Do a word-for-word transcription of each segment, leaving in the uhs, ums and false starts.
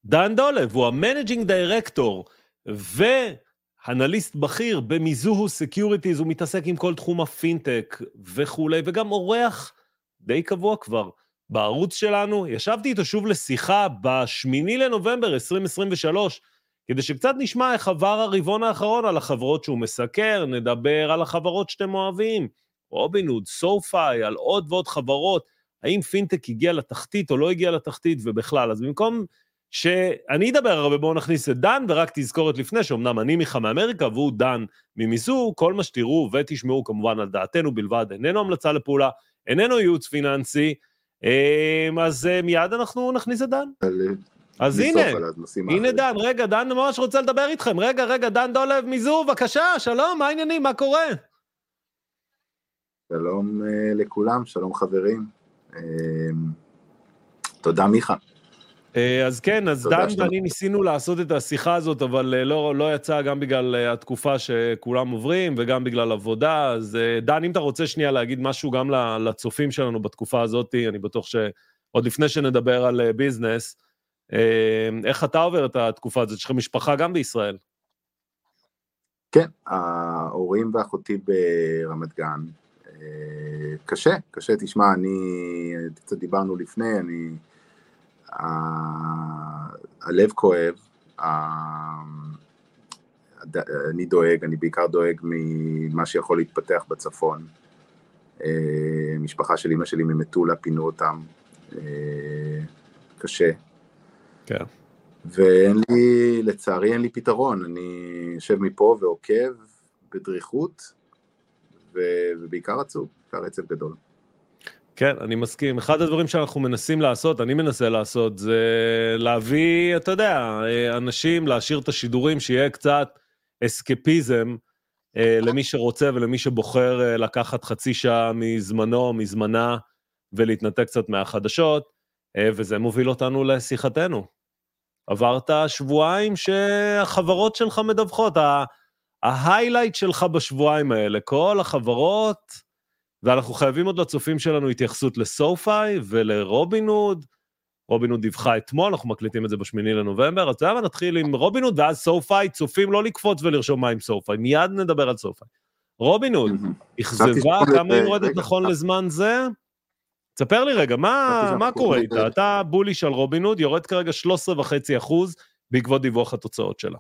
דן דולב, הוא המנג'ינג דירקטור, ואנליסט בכיר במיזוהו סקיוריטיז, הוא מתעסק עם כל תחום הפינטק וכולי, וגם אורח די קבוע כבר בערוץ שלנו. ישבתי איתו שוב לשיחה בשמיני לנובמבר עשרים עשרים ושלוש, כדי שקצת נשמע איך עבר הרבעון האחרון על החברות שהוא מסקר, נדבר על החברות שאתם אוהבים, רובינהוד, סופאי, על עוד ועוד חברות, האם פינטק הגיע לתחתית או לא הגיע לתחתית ובכלל. אז במקום שאני אדבר הרבה, בואו נכניס את דן, ורק תזכורת לפני שאומנם אני מיכה מאמריקה, והוא דן ממיזוהו, כל מה שתראו ותשמעו כמובן על דעתנו בלבד, איננו המלצה לפעולה, איננו ייעוץ פיננסי, אז מיד אנחנו נכניס את דן. אז הנה, הנה דן, רגע, דן ממש רוצה לדבר איתכם, רגע, רגע, דן דולב מיזוהו, בבקשה, שלום, מה העניינים, מה קורה? שלום לכולם, שלום חברים, תודה מיכה. אז כן, אז דן ואני ניסינו לעשות את השיחה הזאת, אבל לא, לא יצא גם בגלל התקופה שכולם עוברים, וגם בגלל עבודה. אז דן, אם אתה רוצה שנייה להגיד משהו גם לצופים שלנו בתקופה הזאת, אני בטוח שעוד לפני שנדבר על ביזנס, איך אתה עובר את התקופה הזאת? יש לך משפחה גם בישראל? כן, ההורים ואחותי ברמת גן. קשה, קשה, תשמע, אני, קצת דיברנו לפני, אני... הלב כואב, אני דואג, אני בעיקר דואג ממה שיכול להתפתח בצפון. משפחה של אמא שלי ממטולה, פינו אותם, קשה. כן. ואין לי, לצערי אין לי פתרון, אני יושב מפה ועוקב בדריכות, ובעיקר עצוב, בעיקר עצב גדול. כן, אני מסכים. אחד הדברים שאנחנו מנסים לעשות, אני מנסה לעשות, זה להביא, אתה יודע, אנשים, להשאיר את השידורים, שיהיה קצת אסקפיזם למי שרוצה ולמי שבוחר לקחת חצי שעה מזמנו, מזמנה, ולהתנתק קצת מהחדשות, וזה מוביל אותנו לשיחתנו. עברת שבועיים שהחברות שלך מדווחות, ההיילייט שלך בשבועיים האלה, כל החברות... ואנחנו חייבים עוד לצופים שלנו התייחסות לסופאי ולרובינהוד. רובינהוד דיווחה אתמול, אנחנו מקליטים את זה בשמיני לנובמבר, אז למה נתחיל עם רובינהוד, ואז סופאי, צופים לא לקפוץ ולרשום מה עם סופאי, מיד נדבר על סופאי. רובינהוד, אכזבה, כמה היא יורדת נכון לזמן זה? תספר לי רגע, מה קורה איתה? אתה בוליש על רובינהוד, יורד כרגע שלושה עשר וחצי אחוז בעקבות דיווח התוצאות שלה.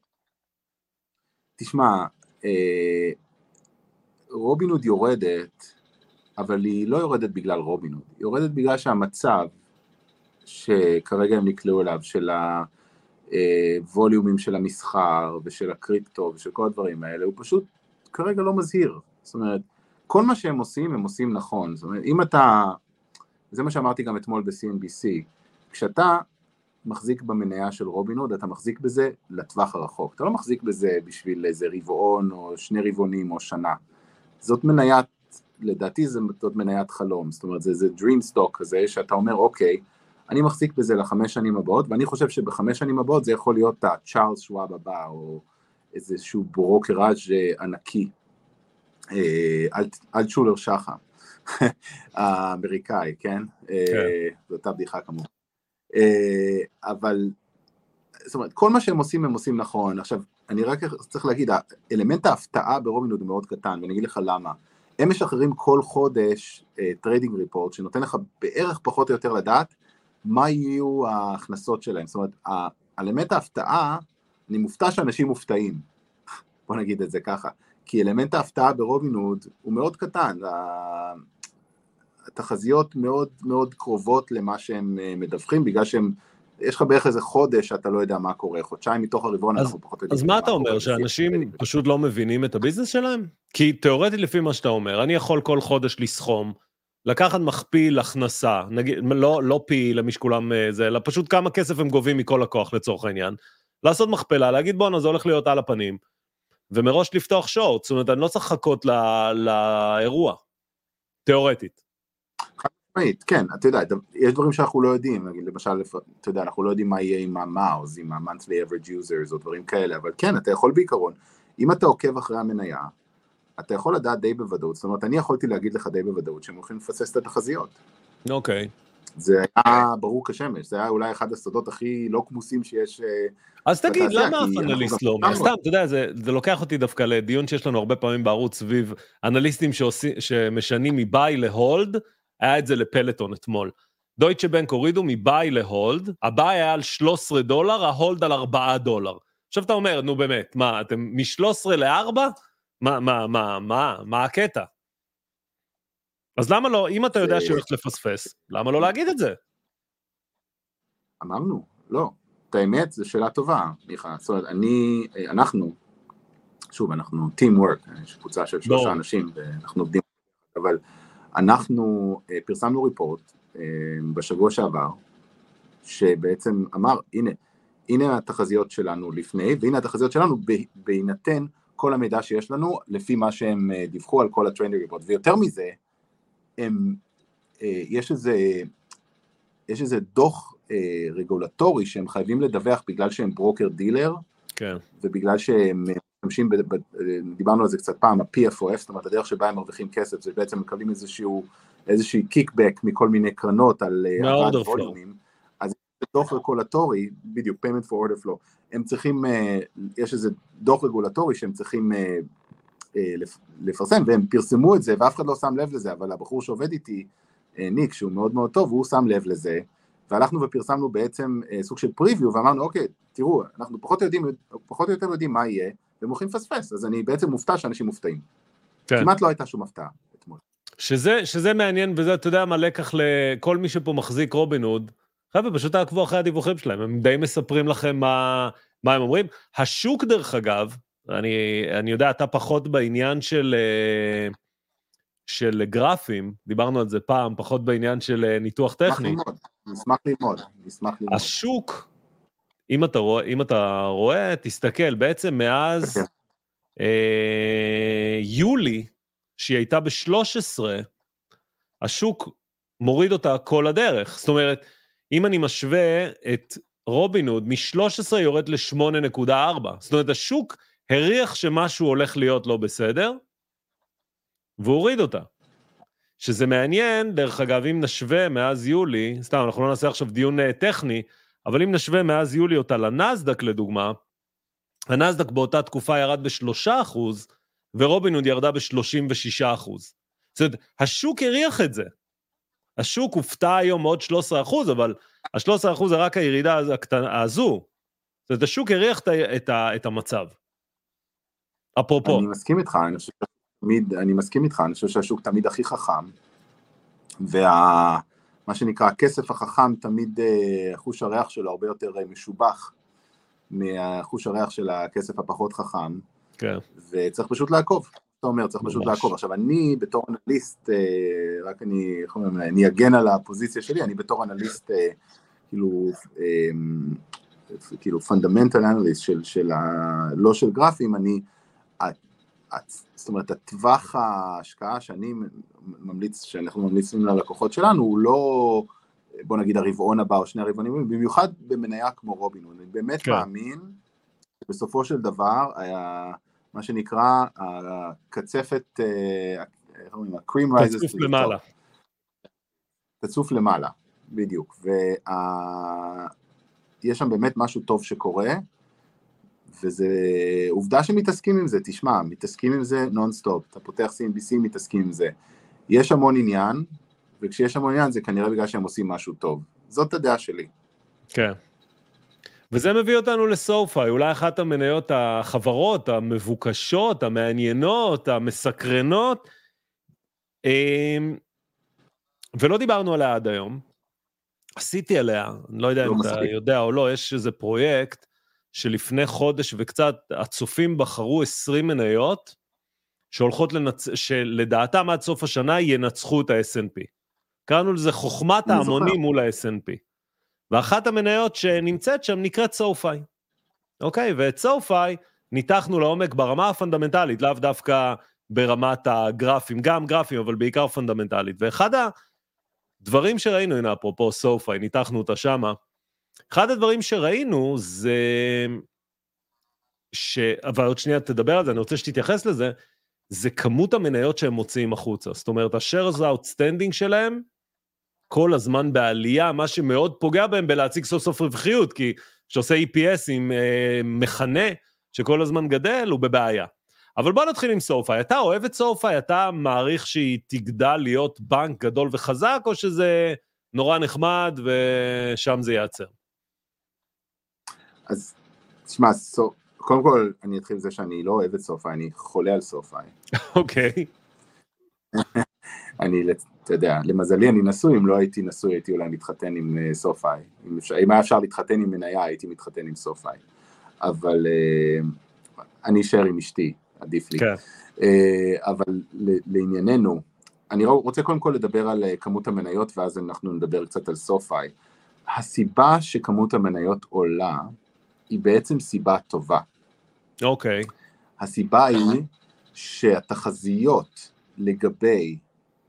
תשמע, רובינהוד יורדת, אבל היא לא יורדת בגלל רובינהוד, היא יורדת בגלל שהמצב שכרגע הם נקלעו אליו, של הווליומים של המסחר ושל הקריפטו ושל כל הדברים האלה, הוא פשוט כרגע לא מזהיר. זאת אומרת, כל מה שהם עושים, הם עושים נכון. זאת אומרת, אם אתה, זה מה שאמרתי גם אתמול ב-סי אן בי סי, כשאתה מחזיק במניה של רובינהוד, אתה מחזיק בזה לטווח הרחוק. אתה לא מחזיק בזה בשביל איזה רבעון או שני רבעונים או שנה. זאת מניית, לדעתי זאת מניית חלום, זאת אומרת, זה, זה dream stock כזה, שאתה אומר, אוקיי, אני מחזיק בזה לחמש שנים הבאות, ואני חושב שבחמש שנים הבאות זה יכול להיות הצ'ארלס שוואב הבא, או איזשהו ברוקראז' ענקי, אלטשולר שחם, האמריקאי, כן? זו אותה בדיחה כמובן. אבל, זאת אומרת, כל מה שהם עושים, הם עושים נכון. עכשיו, אני רק צריך להגיד, האלמנט ההפתעה ברובינהוד הוא מאוד קטן, ואני אגיד לך למה. הם משחררים כל חודש טריידינג ריפורט, שנותן לך בערך פחות או יותר לדעת, מה יהיו ההכנסות שלהם. זאת אומרת, האלמנט ההפתעה, אני מופתע שאנשים מופתעים, בוא נגיד את זה ככה, כי אלמנט ההפתעה ברובינהוד הוא מאוד קטן, התחזיות מאוד מאוד קרובות למה שהם מדווחים, בגלל שהם, יש לך בערך איזה חודש שאתה לא יודע מה קורה, חודשיים מתוך הרבעון אנחנו פחות יודעים. אז מה אתה אומר, שאנשים פשוט לא מבינים את הביזנס שלהם? כי תיאורטית לפי מה שאתה אומר, אני יכול כל חודש לסכום, לקחת מכפיל הכנסה, נגיד, לא, לא פי למי שכולם זה, אלא פשוט כמה כסף הם גובים מכל לקוח לצורך העניין, לעשות מכפלה, להגיד בואו, זה הולך להיות על הפנים, ומראש לפתוח שורט, זאת אומרת, אני לא צריך לחכות לא, לאירוע, תיאורטית. כן, אתה יודע, יש דברים שאנחנו לא יודעים, למשל, אתה יודע, אנחנו לא יודעים מה יהיה עם ה-מאוז, עם ה-monthly average users, או דברים כאלה, אבל כן, אתה יכול בעיקרון, אם אתה עוקב אחרי המניה, אתה יכול לדעת די בוודאות, זאת אומרת, אני יכולתי להגיד לך די בוודאות, שהם הולכים לפסס את התחזיות. אוקיי. זה היה ברור כשמש, זה היה אולי אחד הסודות הכי לא כמוסים שיש. אז תגיד, למה אף אנליסט לא אומר? סתם, אתה יודע, זה, זה לוקח אותי דווקא לדיון שיש לנו הרבה פעמים בערוץ סביב אנליסטים שעושים, שמשנים מביי להולד, היה את זה לפלטון אתמול. דויטשה בנק הורידו מביי להולד, הביי היה על שלושה עשר דולר, ההולד על ארבעה דולר. עכשיו אתה אומר, נו באמת, מה, אתם מ-שלושה עשר ל-ארבע? מה, מה, מה, מה, מה הקטע? אז למה לא, אם אתה יודע שהולך לפספס, למה לא להגיד את זה? אמרנו, לא. את האמת, זו שאלה טובה, מיכה. זאת אומרת, אני, אנחנו, שוב, אנחנו team work, יש קבוצה של שלושה אנשים, ואנחנו עובדים, אבל אנחנו פרסמנו ריפורט בשבוע שעבר, שבעצם אמר, הנה, הנה התחזיות שלנו לפני, והנה התחזיות שלנו בהינתן כל המידע שיש לנו, לפי מה שהם דיווחו על כל הטרנד ריפורט, ויותר מזה, הם, יש איזה, יש איזה דוח רגולטורי שהם חייבים לדווח בגלל שהם ברוקר דילר, כן. ובגלל שהם משתמשים, דיברנו על זה קצת פעם, ה-פי אף או אף, זאת אומרת, הדרך שבה הם מרוויחים כסף, זה בעצם מקבלים איזשהו, איזשהו קיקבק מכל מיני קרנות על הבאת ווליומים, אז דוח רגולטורי, בדיוק, payment for order flow, הם צריכים, יש איזה דוח רגולטורי שהם צריכים לפרסם, והם פרסמו את זה, ואף אחד לא שם לב לזה, אבל הבחור שעובד איתי, ניק, שהוא מאוד מאוד טוב, הוא שם לב לזה, והלכנו ופרסמנו בעצם סוג של פריוויו, ואמרנו, אוקיי, תראו, אנחנו פחות יודעים, פחות או יותר יודעים מה יהיה, והם הולכים לפספס, אז אני בעצם מופתע שאנשים מופתעים. כן. כמעט לא הייתה שום הפתעה אתמול. שזה, שזה מעניין, וזה, אתה יודע מה, לקח לכל מי שפה מחזיק רובינהוד, חבר'ה, פשוט תעקבו אחרי הדיווחים שלהם, הם די מספרים לכם מה, מה הם אומרים. השוק, דרך אגב, אני, אני יודע, אתה פחות בעניין של, של גרפים, דיברנו על זה פעם, פחות בעניין של ניתוח טכני. נשמח ללמוד, נשמח ללמוד. השוק, אם אתה רואה, אם אתה רואה, תסתכל, בעצם מאז אה, יולי, שהיא הייתה ב-שלוש עשרה, השוק מוריד אותה כל הדרך. זאת אומרת, אם אני משווה את רובינהוד, מ-שלוש עשרה יורד ל-שמונה נקודה ארבע. זאת אומרת, השוק הריח שמשהו הולך להיות לא בסדר, והוריד אותה. שזה מעניין, דרך אגב, אם נשווה מאז יולי, סתם, אנחנו לא נעשה עכשיו דיון טכני, אבל אם נשווה מאז יולי אותה לנסדק, לדוגמה, הנסדק באותה תקופה ירד ב-שלושה אחוז, ורובינהוד ירדה ב-שלושים ושישה אחוז. זאת אומרת, השוק הריח את זה. השוק הופתע היום עוד שלושה עשר אחוז, אבל ה-שלושה עשר אחוז זה רק הירידה הזו. זאת אומרת, השוק הריח את, את, את המצב. אפרופו. אני מסכים איתך, אני חושב תמיד, אני מסכים איתך, אני חושב שהשוק תמיד הכי חכם, ומה שנקרא, הכסף החכם תמיד, חוש הריח שלו הרבה יותר משובח, מהחוש הריח של הכסף הפחות חכם, כן. וצריך פשוט לעקוב, אתה אומר, צריך פשוט לעקוב. עכשיו, אני בתור אנליסט, רק אני, אני אגן על הפוזיציה שלי, אני בתור אנליסט, כאילו, כאילו, fundamental analyst של, של ה, לא של גרפים, אני, זאת אומרת, הטווח ההשקעה שאני ממליץ, שאנחנו ממליצים ללקוחות שלנו, הוא לא, בוא נגיד, הרבעון הבא או שני הרבעונים, במיוחד במניה כמו רובינהוד. אני באמת כן. מאמין, בסופו של דבר, היה, מה שנקרא, הקצפת, איך אומרים, ה-cream rises. תצוף למעלה. תצוף למעלה, בדיוק. ויש שם באמת משהו טוב שקורה, וזה עובדה שמתעסקים עם זה, תשמע, מתעסקים עם זה נונסטופ, אתה פותח סי אן בי סי, מתעסקים עם זה. יש המון עניין, וכשיש המון עניין זה כנראה בגלל שהם עושים משהו טוב. זאת הדעה שלי. כן. וזה מביא אותנו לסופאי, אולי אחת המניות החברות, המבוקשות, המעניינות, המסקרנות, ולא דיברנו עליה עד היום, עשיתי עליה, אני לא יודע לא אם מספיק. אתה יודע או לא, יש איזה פרויקט, שלפני חודש וקצת הצופים בחרו עשרים מניות, שהולכות לנצ... שלדעתם עד סוף השנה ינצחו את ה-אס אנד פי. קראנו לזה חוכמת ההמונים מול ה-אס אנד פי. ואחת המניות שנמצאת שם נקראת סופאי. אוקיי? ואת סופאי ניתחנו לעומק ברמה הפונדמנטלית, לאו דווקא ברמת הגרפים, גם גרפים, אבל בעיקר פונדמנטלית. ואחד הדברים שראינו, הנה אפרופו סופאי, ניתחנו אותה שמה, אחד הדברים שראינו זה, ש... אבל עוד שנייה תדבר על זה, אני רוצה שתתייחס לזה, זה כמות המניות שהם מוציאים החוצה. זאת אומרת, ה-shares outstanding שלהם כל הזמן בעלייה, מה שמאוד פוגע בהם בלהציג סוף סוף רווחיות, כי שעושה E P S עם אה, מכנה שכל הזמן גדל, הוא בבעיה. אבל בוא נתחיל עם סופאי. אתה אוהב את סופאי? אתה מעריך שהיא תגדל להיות בנק גדול וחזק, או שזה נורא נחמד ושם זה ייעצר? אז תשמע, סופ... קודם כל אני אתחיל בזה שאני לא אוהב את סופאי, אני חולה על סופאי. אוקיי. אני, אתה יודע, למזלי אני נשוי, אם לא הייתי נשוי הייתי אולי מתחתן עם סופאי. אם, אפשר, אם היה אפשר להתחתן עם מניה, הייתי מתחתן עם סופאי. אבל אני אשאר עם אשתי, עדיף לי. כן. אבל לענייננו, אני רוצה קודם כל לדבר על כמות המניות, ואז אנחנו נדבר קצת על סופאי. הסיבה שכמות המניות עולה, היא בעצם סיבה טובה. אוקיי. הסיבה היא שהתחזיות לגבי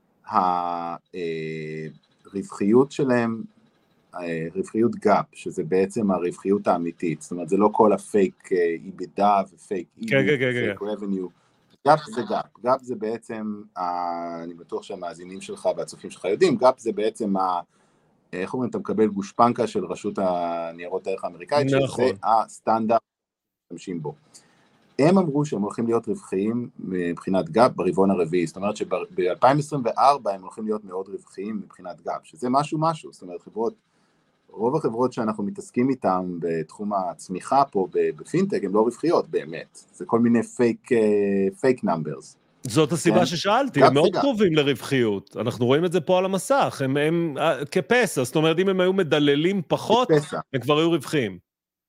הרווחיות שלהם, רווחיות גאפ, שזה בעצם הרווחיות האמיתית, זאת אומרת, זה לא כל הפייק איבידה ופייק איבי ופייק רבניו, גאפ זה גאפ, גאפ זה בעצם, אני בטוח שהמאזינים שלך והצופים שלך יודעים, גאפ זה בעצם, איך אומרים, אתה מקבל גושפנקה של רשות הניירות הערך האמריקאית, שזה הסטנדרט שמשתמשים בו. הם אמרו שהם הולכים להיות רווחיים מבחינת גאפ ברבעון הרביעי, זאת אומרת שב-אלפיים עשרים וארבע הם הולכים להיות מאוד רווחיים מבחינת גאפ, שזה משהו משהו, זאת אומרת חברות, רוב החברות שאנחנו מתעסקים איתן בתחום הצמיחה פה בפינטק, הן לא רווחיות באמת, זה כל מיני פייק, פייק נאמברס. זאת הסיבה ששאלתי, הם מאוד קרובים לרווחיות, אנחנו רואים את זה פה על המסך, הם, הם כפסע, זאת אומרת אם הם היו מדללים פחות, הם כבר היו רווחיים.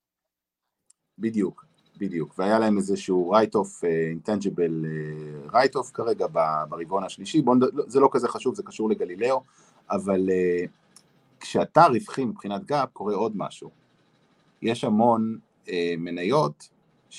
בדיוק. בדיוק, והיה להם איזשהו write-off, intangible write-off כרגע ברבעון השלישי, זה לא כזה חשוב, זה קשור לגלילאו, אבל כשאתה רווחי מבחינת גאפ, קורה עוד משהו. יש המון מניות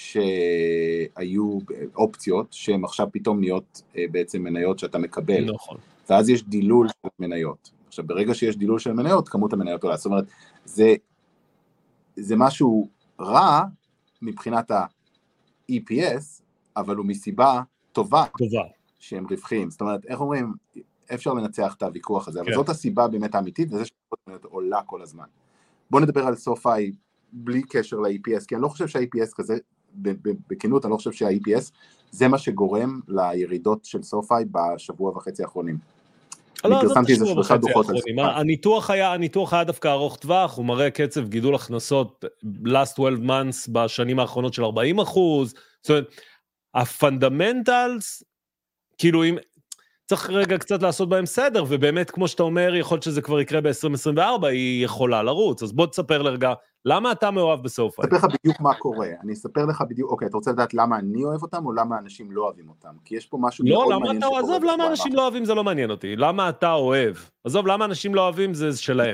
שהיו אופציות, שהן עכשיו פתאום נהיות בעצם מניות שאתה מקבל, נכון. ואז יש דילול של מניות. עכשיו, ברגע שיש דילול של מניות, כמות המניות עולה, זאת אומרת, זה, זה משהו רע, מבחינת ה-E P S, אבל הוא מסיבה טובה, טובה. שהם רווחיים. זאת אומרת, איך אומרים, אפשר לנצח את הוויכוח הזה, אבל זאת הסיבה באמת האמיתית, וזה שכמות עולה כל הזמן. בואו נדבר על סופאי, בלי קשר ל-E P S, כי אני לא חושב שה-E P S כזה, בכנות, אני לא חושב שה-E P S, זה מה שגורם לירידות של סופאי בשבוע וחצי האחרונים. אני פרסמתי איזה שלושה דוחות על סופאי. הניתוח היה, הניתוח היה דווקא ארוך טווח, הוא מראה קצב גידול הכנסות last twelve months בשנים האחרונות של ארבעים אחוז, זאת אומרת, הפונדמנטלס, כאילו אם, צריך רגע קצת לעשות בהם סדר, ובאמת כמו שאתה אומר, יכול להיות שזה כבר יקרה ב-עשרים עשרים וארבע, היא יכולה לרוץ, אז בוא תספר לרגע, למה אתה מאוהב בסופאי? אני אספר לך בדיוק מה קורה, אני אספר לך בדיוק, אוקיי, אתה רוצה לדעת למה אני אוהב אותם, או למה אנשים לא אוהבים אותם? כי יש פה משהו לא, מאוד למה מעניין אתה, שקורה. עזוב, למה אנשים לא אוהבים זה לא מעניין אותי, למה אתה אוהב? עזוב, למה אנשים לא אוהבים זה שלהם.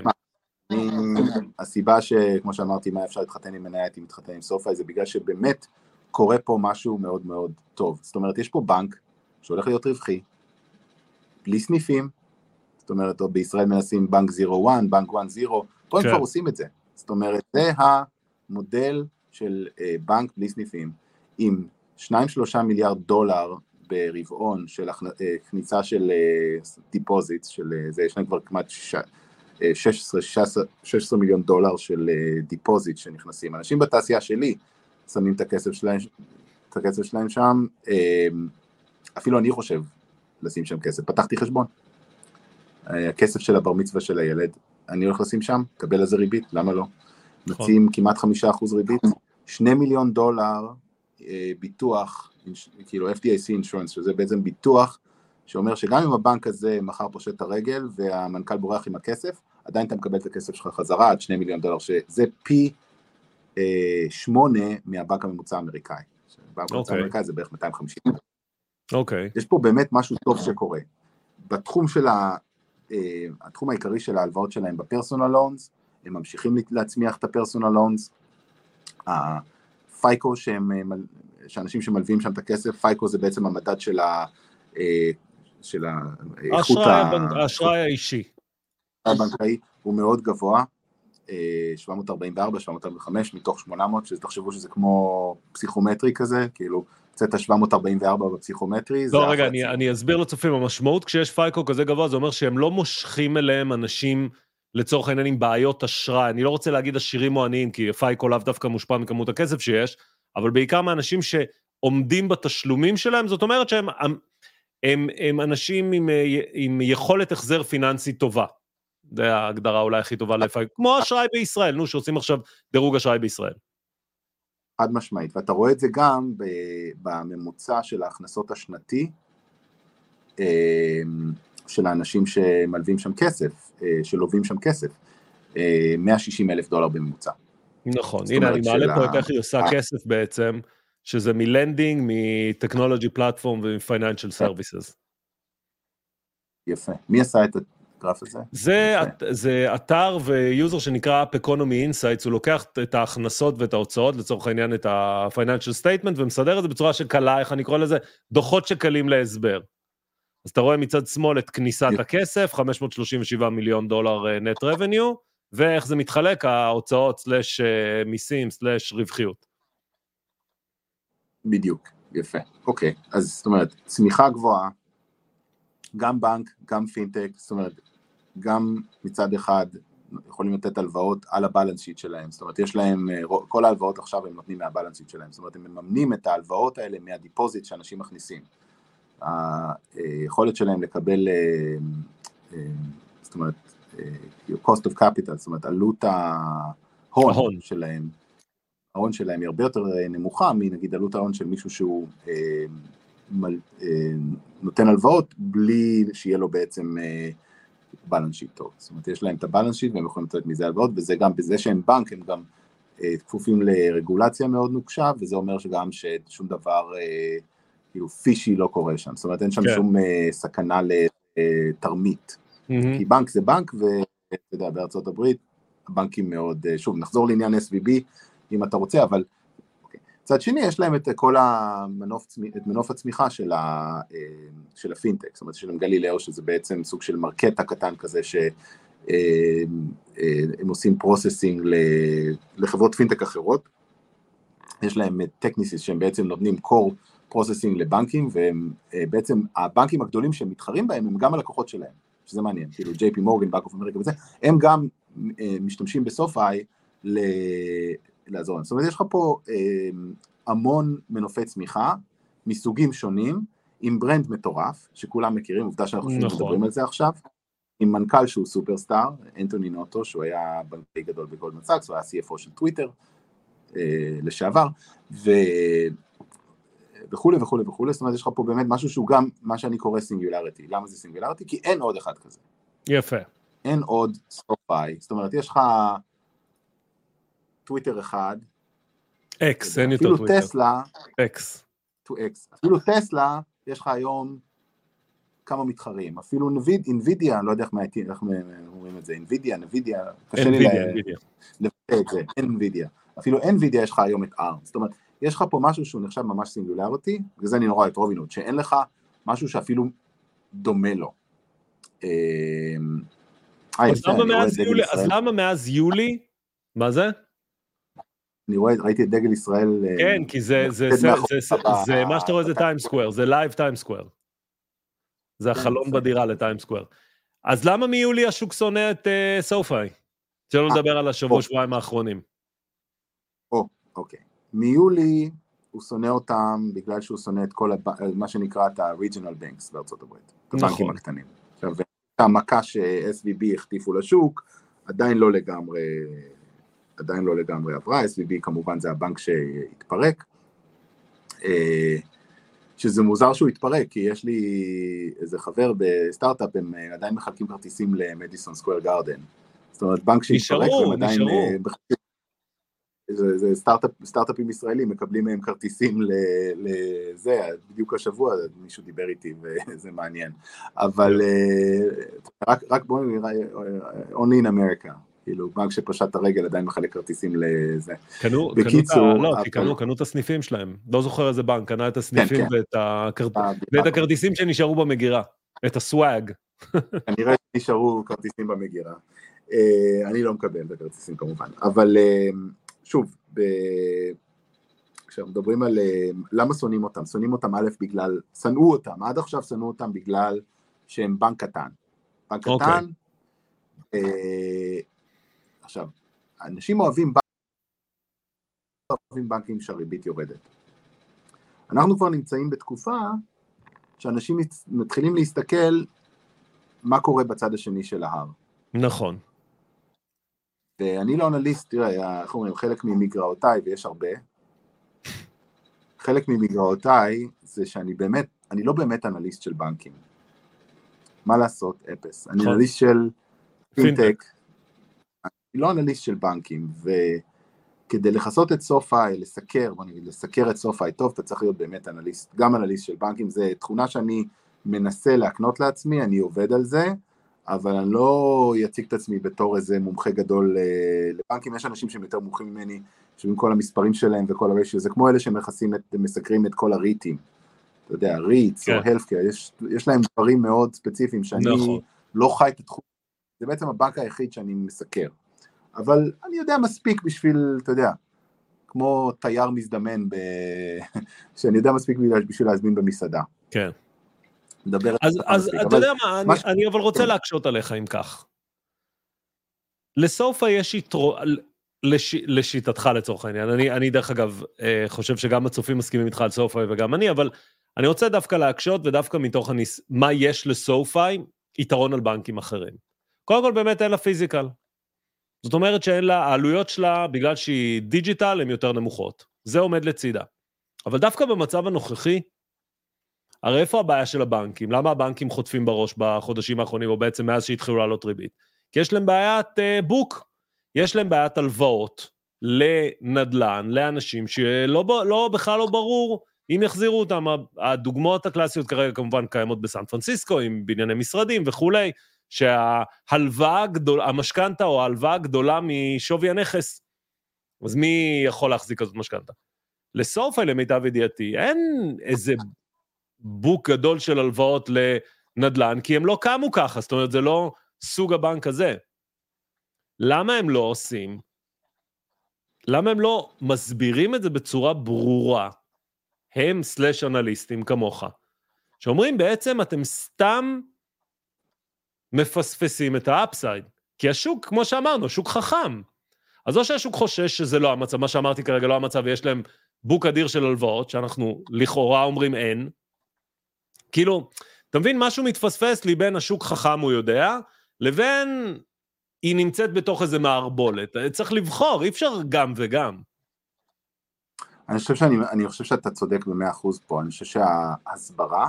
הסיבה שכמו שאמרתי, מה אפשר להתחתן עם מניה, הייתי מתחתן עם סופאי, זה בגלל שבאמת קורה פה משהו מאוד מאוד טוב. זאת אומרת, יש פה בנק שהולך להיות רווחי, בלי סניפים, זאת אומרת, בישראל מנסים בנק זירו אחת, בנק אחת זירו, פה הם כבר עושים את זה. זאת אומרת, זה המודל של בנק בלי סניפים, עם שניים שלושה מיליארד דולר ברבעון של כניסה של דיפוזיט, של זה, יש להם כבר כמעט שש עשרה מיליון דולר של דיפוזיט שנכנסים. אנשים בתעשייה שלי שמים את הכסף שלהם, את הכסף שלהם שם, אפילו אני חושב לשים שם כסף, פתחתי חשבון. הכסף של הבר מצווה של הילד, אני הולך לשים שם, קבל לזה ריבית, למה לא? מציעים כמעט חמישה אחוז ריבית, שני מיליון דולר ביטוח, כאילו F D I C insurance, שזה בעצם ביטוח, שאומר שגם אם הבנק הזה מחר פושט את הרגל, והמנכ"ל בורח עם הכסף, עדיין אתה מקבל את הכסף שלך חזרה, עד שני מיליון דולר, שזה פי שמונה מהבנק הממוצע האמריקאי. הבנק הממוצע האמריקאי זה בערך מאתיים וחמישים. אוקיי. יש פה באמת משהו טוב שקורה. בתחום של ה... התחום העיקרי של ההלוואות שלהם בפרסונל לונס, הם ממשיכים להצמיח את הפרסונל לונס, הפייקו שהם, שאנשים שמלווים שם את הכסף, פייקו זה בעצם המדד של ה... של האיכות... האשראי האישי. הבנקאי הוא מאוד גבוה, שבע מאות ארבעים וארבע, שבע מאות ארבעים וחמש מתוך שמונה מאות, שתחשבו שזה כמו פסיכומטרי כזה, כאילו, קצת שבע מאות ארבעים וארבע בפסיכומטרי. לא, רגע, אני, אני אסביר לצופים, המשמעות כשיש פייקו כזה גבוה, זה אומר שהם לא מושכים אליהם אנשים, לצורך העניין עם בעיות אשראי, אני לא רוצה להגיד עשירים או עניים, כי פייקו לאו דווקא מושפע מכמות הכסף שיש, אבל בעיקר מהאנשים שעומדים בתשלומים שלהם, זאת אומרת שהם הם, הם, הם אנשים עם, עם יכולת החזר פיננסי טובה. זה ההגדרה אולי הכי טובה לפייקו, כמו אשראי בישראל, נו, שעושים עכשיו דירוג אשראי בישראל. חד משמעית, ואתה רואה את זה גם בממוצע של ההכנסות השנתי, של האנשים שמלווים שם כסף, שלובים שם כסף, מאה ושישים אלף דולר בממוצע. נכון, הנה אני מעלה פה את איך היא עושה כסף בעצם, שזה מלנדינג, מטכנולוגי פלטפורם ומפייננשל סרוויסס. יפה, מי עשה את הגרף הזה? זה, זה אתר ויוזר שנקרא App Economy Insights, הוא לוקח את ההכנסות ואת ההוצאות, לצורך העניין את ה-Financial Statement, ומסדר את זה בצורה שקלה, איך אני קורא לזה, דוחות שקלים להסבר. אז אתה רואה מצד שמאל את כניסת הכסף, חמש מאות שלושים ושבעה מיליון דולר נט רבניו, ואיך זה מתחלק, ההוצאות סלש מיסים סלש רווחיות. בדיוק, יפה. אוקיי, אז זאת אומרת, צמיחה גבוהה, גם בנק, גם פינטק, זאת אומרת, גם מצד אחד יכולים לתת הלוואות על הבלנס שיט שלהם, זאת אומרת, יש להם, כל ההלוואות עכשיו הם נותנים מהבלנס שיט שלהם, זאת אומרת, הם מממנים את ההלוואות האלה מהדיפוזיט שאנשים מכניסים. היכולת שלהם לקבל, זאת אומרת, cost of capital, זאת אומרת, עלות ההון שלהם, ההון שלהם היא הרבה יותר נמוכה, מנגיד עלות ההון של מישהו שהוא נותן הלוואות, בלי שיהיה לו בעצם בלנס שיט טוב. זאת אומרת, יש להם את הבלנס שיט, והם יכולים לתת מזה הלוואות, וזה גם בזה שהם בנק, הם גם כפופים לרגולציה מאוד נוקשה, וזה אומר שגם ששום דבר כאילו פישי לא קורה שם, זאת אומרת, אין שם שום סכנה לתרמית. כי בנק זה בנק, ואתה יודע, בארצות הברית, הבנקים מאוד, שוב, נחזור לעניין אס וי בי, אם אתה רוצה, אבל צד שני, יש להם את כל המנוף, את מנוף הצמיחה של, ה, של הפינטק, זאת אומרת, של גלילאו, שזה בעצם סוג של מרקט הקטן כזה, שהם עושים פרוססינג לחברות פינטק אחרות, יש להם טכניסיס שהם בעצם נותנים קור פרוססינג לבנקים, והם בעצם, הבנקים הגדולים שהם מתחרים בהם, הם גם הלקוחות שלהם, שזה מעניין, כאילו ג'יי פי מורגן, בנק אוף אמריקה וזה, הם גם משתמשים בסופאי ל... לעזור. זאת אומרת, יש לך פה אה, המון מנופי צמיחה, מסוגים שונים, עם ברנד מטורף, שכולם מכירים, עובדה שאנחנו נכון. מדברים על זה עכשיו, עם מנכ"ל שהוא סופרסטאר, אנטוני נוטו, שהוא היה בנקאי גדול בגולדמן סאקס, הוא היה סי אף או של טוויטר, אה, לשעבר, ו... וכולי וכולי וכולי, זאת אומרת, יש לך פה באמת משהו שהוא גם, מה שאני קורא סינגולריטי. למה זה סינגולריטי? כי אין עוד אחד כזה. יפה. אין עוד סופאי, זאת אומרת, יש לך טוויטר אחד, אקס, אין יותר טוויטר. אפילו טסלה, אקס. אפילו טסלה, יש לך היום כמה מתחרים, אפילו אינווידיה, אני לא יודע איך אומרים את זה, אינווידיה, אינווידיה, קשה לי לבטא את זה, אינווידיה, אפילו אינווידיה יש לך היום את ארם, זאת אומרת, יש לך פה משהו שהוא נחשב ממש סינגולריטי, וזה אני נורא את רובינהוד, שאין לך משהו שאפילו דומה לו. אז למה מאז יולי, מה זה? אני רואה, ראיתי את דגל ישראל. כן, כי זה, זה, זה, זה, מה שאתה רואה זה טיים סקוואר, זה לייב טיים סקוואר. זה החלון בדירה לטיים סקוואר. אז למה מיולי השוק שונא את סופאי? שלא נדבר על השבוע שבועיים האחרונים. או, אוקיי. מיולי הוא שונא אותם בגלל שהוא שונא את כל מה שנקרא את ה-regional banks בארצות הברית. את הבנקים הקטנים. עכשיו, המכה ש-אס וי בי החטיפו לשוק, עדיין לא לגמרי... עדיין לא לגמרי עברה, אס וי בי כמובן זה הבנק שהתפרק, שזה מוזר שהוא התפרק, כי יש לי איזה חבר בסטארט-אפ, הם עדיין מחלקים כרטיסים למדיסון סקוואר גארדן, זאת אומרת, בנק שהתפרק, הם עדיין, זה, זה סטארט-אפ, סטארט-אפים ישראלים, מקבלים מהם כרטיסים לזה, בדיוק השבוע מישהו דיבר איתי, וזה מעניין, אבל רק, רק בואו נראה, only in America, כאילו, בנק שפשט הרגל עדיין מחלק כרטיסים לזה. קנו, בקיצור, קנו, לא, כי קנו, קנו את הסניפים שלהם. לא זוכר איזה בנק, קנה את הסניפים כן, ואת, הכרט... ואת הכרטיסים שנשארו במגירה. את הסוואג. כנראה שנשארו כרטיסים במגירה. אני לא מקבל את הכרטיסים כמובן, אבל שוב, עכשיו מדברים על למה שונאים אותם, שונאים אותם א' בגלל, שנאו אותם, עד עכשיו שנאו אותם בגלל שהם בנק קטן, בנק קטן, עכשיו, אנשים אוהבים אוהבים בנקים שהריבית יורדת. אנחנו כבר נמצאים בתקופה שאנשים מתחילים להסתכל מה קורה בצד השני של ההר. נכון. ואני לא אנליסט, תראה, איך אומרים, חלק ממגרעותיי, ויש הרבה, חלק ממגרעותיי זה שאני באמת, אני לא באמת אנליסט של בנקים. מה לעשות? אפס. אני אנליסט של פינטק, אני לא אנליסט של בנקים, וכדי לחסות את סופאי, לסקר, בוא נגיד, לסקר את סופאי, טוב, אתה צריך להיות באמת אנליסט, גם אנליסט של בנקים, זה תכונה שאני מנסה להקנות לעצמי, אני עובד על זה, אבל אני לא אציג את עצמי בתור איזה מומחה גדול לבנקים, יש אנשים שהם יותר מומחים ממני, שומעים כל המספרים שלהם וכל הרשיו, זה כמו אלה שמכסים את, מסקרים את כל הריטים, אתה יודע, ריטס או הלפקר, יש, יש להם דברים מאוד ספציפיים שאני נכון. לא חי את התחום, זה בעצם הבנק היחיד שאני מסקר, אבל אני יודע מספיק בשביל, אתה יודע, כמו תייר מזדמן, ב... שאני יודע מספיק בשביל להזמין במסעדה. כן. אז, אז אתה אבל... יודע מה, אני, ש... אני אבל רוצה להקשות עליך אם כך. לסופה יש יתרו... לש... לשיטתך לצורך העניין, אני, אני דרך אגב חושב שגם הצופים מסכימים איתך על סופה וגם אני, אבל אני רוצה דווקא להקשות ודווקא מתוך הניס... מה יש לסופה יתרון על בנקים אחרים. קודם כל באמת אין לה פיזיקל. זאת אומרת שאין לה, העלויות שלה בגלל שהיא דיג'יטל הן יותר נמוכות. זה עומד לצידה. אבל דווקא במצב הנוכחי, הרי איפה הבעיה של הבנקים? למה הבנקים חוטפים בראש בחודשים האחרונים, או בעצם מאז שהתחילו לעלות ריבית? כי יש להם בעיית uh, בוק, יש להם בעיית הלוואות לנדלן, לאנשים שלא לא, בכלל לא ברור אם יחזירו אותם. הדוגמאות הקלאסיות כרגע כמובן קיימות בסן פרנסיסקו, עם בנייני משרדים וכולי, שההלוואה הגדולה, המשכנתה או ההלוואה הגדולה משווי הנכס, אז מי יכול להחזיק כזאת משכנתה? לסופה, למיטב ידיעתי, אין איזה בוק גדול של הלוואות לנדלן, כי הם לא קמו ככה, זאת אומרת, זה לא סוג הבנק הזה. למה הם לא עושים? למה הם לא מסבירים את זה בצורה ברורה? הם סלש אנליסטים כמוך, שאומרים בעצם אתם סתם מפספסים את האפסייד, כי השוק, כמו שאמרנו, שוק חכם. אז או שהשוק חושש שזה לא המצב, מה שאמרתי כרגע לא המצב, ויש להם בוק אדיר של הלוואות, שאנחנו לכאורה אומרים אין, כאילו, אתה מבין, משהו מתפספס לי בין השוק חכם הוא יודע, לבין היא נמצאת בתוך איזה מערבולת, צריך לבחור, אי אפשר גם וגם. אני חושב שאני, אני חושב שאתה צודק במאה אחוז פה, אני חושב שההסברה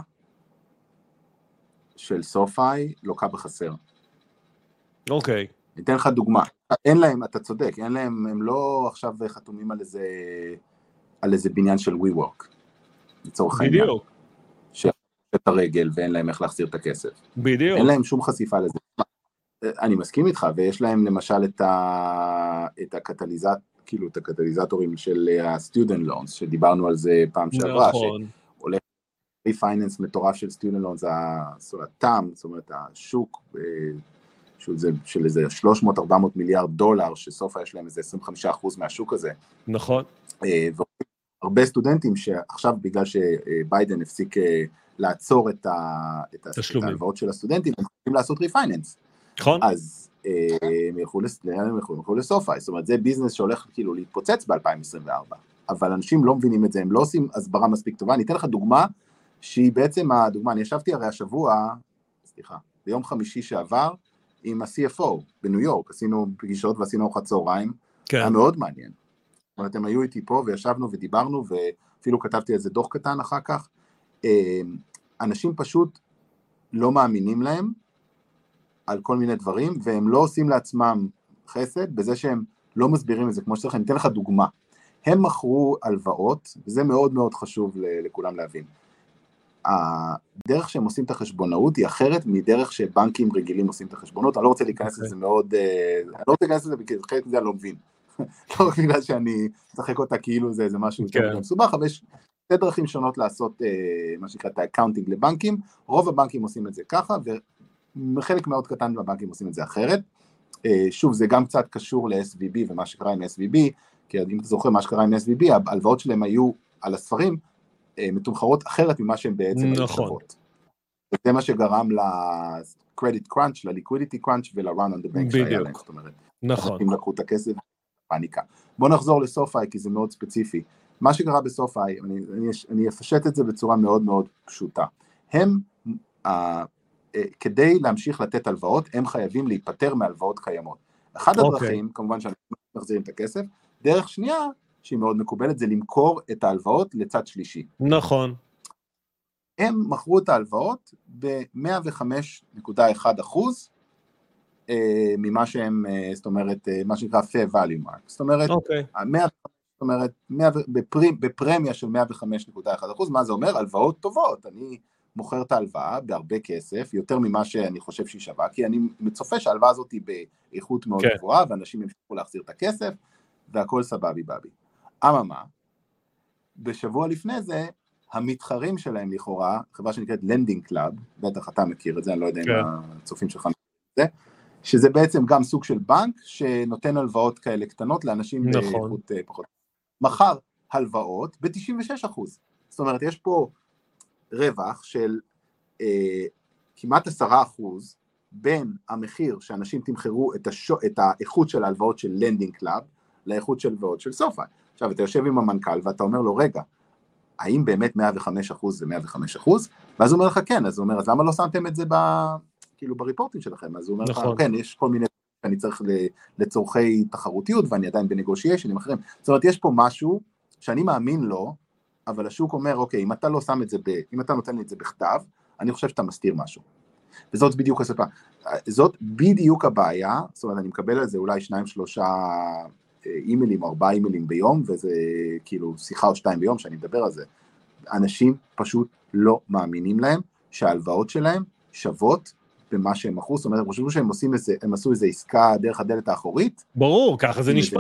של סופאי לוקה בחסר. אוקיי. ניתן לך דוגמה, אין להם, אתה צודק, אין להם, הם לא עכשיו חתומים על איזה, על איזה בניין של WeWork, לצורך העניין. בדיוק. את הרגל ואין להם איך להחזיר את הכסף. בדיוק. אין להם שום חשיפה לזה. אני מסכים איתך, ויש להם למשל את, ה... את הקטליזט, כאילו את הקטליזטורים של ה-student loans, שדיברנו על זה פעם שעברה, נכון. שהולך ריפייננס מטורף של student loans, הטעם, זאת אומרת, השוק, שזה, של איזה שלוש מאות ארבע מאות מיליארד דולר, שסופה יש להם איזה עשרים וחמישה אחוז מהשוק הזה. נכון. והרבה סטודנטים שעכשיו, בגלל שביידן הפסיק לעצור את ההלוואות של הסטודנטים, הם יכולים לעשות ריפייננס. נכון. אז הם ילכו לסופה, זאת אומרת, זה ביזנס שהולך כאילו להתפוצץ ב-אלפיים עשרים וארבע, אבל אנשים לא מבינים את זה, הם לא עושים הסברה מספיק טובה. אני אתן לך דוגמה, שהיא בעצם הדוגמה, אני ישבתי הרי השבוע, סליחה, ביום חמישי שעבר, עם ה-סי אף או בניו יורק, עשינו פגישות ועשינו ארוחת צהריים, כן. היה מאוד מעניין. זאת אומרת, הם היו איתי פה וישבנו ודיברנו, ואפילו כתבתי איזה דוח קטן אחר כך, אנשים פשוט לא מאמינים להם על כל מיני דברים, והם לא עושים לעצמם חסד, בזה שהם לא מסבירים את זה כמו שצריך. אני אתן לך דוגמה, הם מכרו הלוואות, וזה מאוד מאוד חשוב לכולם להבין, הדרך שהם עושים את החשבונאות היא אחרת מדרך שבנקים רגילים עושים את החשבונות. אני לא רוצה להיכנס לזה מאוד, אני לא רוצה להיכנס לזה, כי חלק מזה אני לא מבין, לא רק בגלל שאני צחק אותה כאילו זה משהו יותר מסובך, אבל יש שתי דרכים שונות לעשות מה שנקרא את האקאונטינג לבנקים. רוב הבנקים עושים את זה ככה, וחלק מאוד קטן מהבנקים עושים את זה אחרת. שוב, זה גם קצת קשור ל-אס וי בי ומה שקרה עם אס וי בי, כי אם אתה זוכר מה שקרה עם אס וי בי, ההלוואות שלהם היו על הספרים מתומחרות אחרת ממה שהן בעצם היו שוות. וזה מה שגרם ל-credit crunch, ל-liquidity crunch ול-run on the bank שהיה להם, זאת אומרת. נכון. אם לקחו את הכסף, פאניקה. בואו נחזור לסופאי, כי זה מאוד ספציפי. מה שקרה בסופאי, אני, אני, אני אפשט את זה בצורה מאוד מאוד פשוטה. הם, אה, אה, כדי להמשיך לתת הלוואות, הם חייבים להיפטר מהלוואות קיימות. אחד הדרכים, okay. כמובן שאנחנו מחזירים את הכסף, דרך שנייה, שהיא מאוד מקובלת, זה למכור את ההלוואות לצד שלישי. נכון. הם מכרו את ההלוואות ב-מאה וחמש נקודה אחת אחוז, ממה שהם, זאת אומרת, מה שנקרא fair value mark. זאת אומרת, okay. זאת אומרת, בפרמיה של מאה וחמש נקודה אחת אחוז, מה זה אומר? הלוואות טובות. אני מוכר את ההלוואה בהרבה כסף, יותר ממה שאני חושב שהיא שווה, כי אני מצופה שההלוואה הזאת היא באיכות מאוד okay. גבוהה, ואנשים ימשיכו להחזיר את הכסף, והכל סבבי בבי. אממה, בשבוע לפני זה, המתחרים שלהם לכאורה, חברה שנקראת Lending Club, בטח אתה מכיר את זה, אני לא יודע okay. אם הצופים שלך מכיר את זה, שזה בעצם גם סוג של בנק, שנותן הלוואות כאלה קטנות לאנשים נכון. באיכות פחות. מחר הלוואות ב-תשעים ושש אחוז. זאת אומרת, יש פה רווח של אה, כמעט עשרה אחוז, בין המחיר שאנשים תמחרו את, השו, את האיכות של ההלוואות של Lending Club, לאיכות של הלוואות של סופאי. עכשיו, אתה יושב עם המנכ"ל ואתה אומר לו, רגע, האם באמת מאה וחמש אחוז זה מאה וחמש אחוז? ואז הוא אומר לך, כן, אז הוא אומר, אז למה לא שמתם את זה ב... כאילו בריפורטים שלכם? אז הוא אומר נכון. לך, כן, יש כל מיני... אני צריך לצורכי תחרותיות, ואני עדיין בנגושיישנים אחרים. זאת אומרת, יש פה משהו שאני מאמין לו, אבל השוק אומר, אוקיי, אם אתה לא שם את זה, ב... אם אתה נותן לי את זה בכתב, אני חושב שאתה מסתיר משהו. וזאת בדיוק הספה. זאת בדיוק הבעיה, זאת אומרת, אני מקבל על זה אולי שניים, שלושה אימיילים, ארבעה אימיילים ביום, וזה כאילו שיחה או שתיים ביום שאני מדבר על זה. אנשים פשוט לא מאמינים להם, שההלוואות שלהם שוות במה שהם מכרו, זאת אומרת, הם חושבו שהם עושים איזה, הם עשו איזה עסקה דרך הדלת האחורית. ברור, ככה זה נשמע.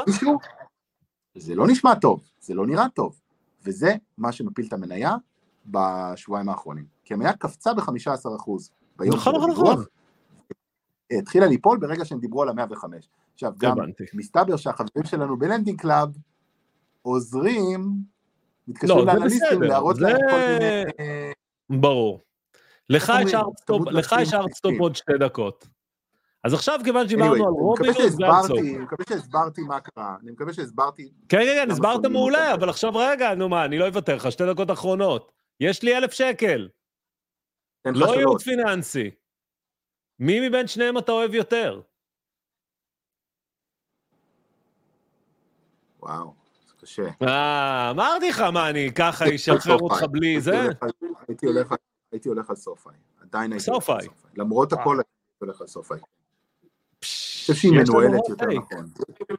זה לא נשמע טוב, זה לא נראה טוב, וזה מה שמפיל את המניה בשבועיים האחרונים. כי המניה קפצה ב-חמישה עשר אחוז ביום של הדיווח, התחילה ליפול ברגע שהם דיברו על ה-מאה וחמש. עכשיו, גם מסתבר שהחברים שלנו בלנדינג קלאב עוזרים, מתקשרים לאנליסטים להראות להם כל מיני... ברור. לך יש ארטסטופ עוד שתי דקות. אז עכשיו כיוון שדיברנו על רובין, אני מקווה שהסברתי מה קרה, אני מקווה שהסברתי... כן, כן, כן, הסברת מעולה, אבל עכשיו רגע, נו מה, אני לא אוותר לך, שתי דקות אחרונות. יש לי אלף שקל. לא ייעוץ פיננסי. מי מבין שניהם אתה אוהב יותר? וואו, זה קשה. אה, אמרתי לך מה, אני ככה אשחרר אותך בלי זה? הייתי הולך על סופאי. עדיין הייתי הולך על סופאי. למרות הכל הייתי הולך על סופאי. אני חושב שהיא מנוהלת יותר נכון.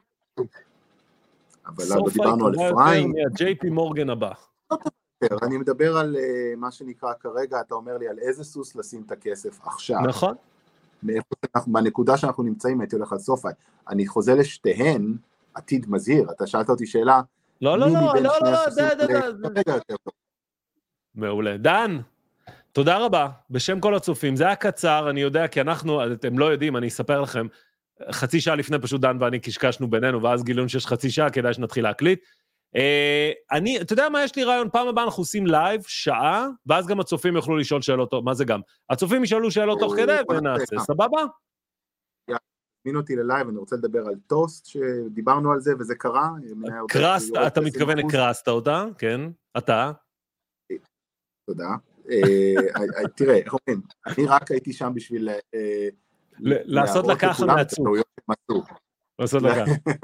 אבל לא דיברנו על אפרים. ג'יי פי מורגן הבא. אני מדבר על מה שנקרא כרגע, אתה אומר לי על איזה סוס לשים את הכסף עכשיו. נכון. בנקודה שאנחנו נמצאים הייתי הולך על סופאי. אני חוזר לשתיהן, עתיד מזהיר. אתה שאלת אותי שאלה. לא, לא, לא, לא, לא, מעולה. דן, תודה רבה, בשם כל הצופים, זה היה קצר, אני יודע, כי אנחנו, אתם לא יודעים, אני אספר לכם, חצי שעה לפני פשוט דן ואני קשקשנו בינינו, ואז גילינו שיש חצי שעה, כדאי שנתחיל להקליט. אני, אתה יודע מה, יש לי רעיון, פעם הבאה אנחנו עושים לייב, שעה, ואז גם הצופים יוכלו לשאול שאלות, מה זה גם? הצופים ישאלו שאלות תוך כדי, ונעשה, סבבה? מין אותי ללייב, אני רוצה לדבר על טוסט, שדיברנו על זה, וזה קרה. קרסת, אתה מתכוון לקרסת אותה, כן? אתה? תודה. תראה, איך אומרים, אני רק הייתי שם בשביל... לעשות לקחה מעצור. לעשות לקחה.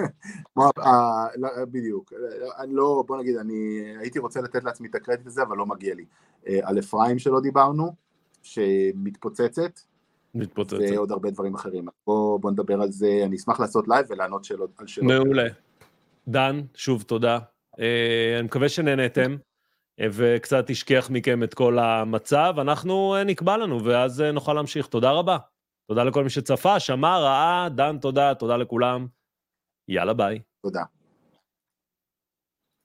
בדיוק. אני לא, בוא נגיד, אני הייתי רוצה לתת לעצמי את הקרדיט הזה, אבל לא מגיע לי. על אפרים שלא דיברנו, שמתפוצצת, מתפוצצת. ועוד הרבה דברים אחרים. בוא נדבר על זה, אני אשמח לעשות לייב ולענות שאלות על שאלות. מעולה. דן, שוב תודה. אני מקווה שנהנתם. וקצת תשכח מכם את כל המצב, אנחנו נקבע לנו, ואז נוכל להמשיך. תודה רבה. תודה לכל מי שצפה, שמע, ראה, דן, תודה, תודה לכולם. יאללה, ביי. תודה.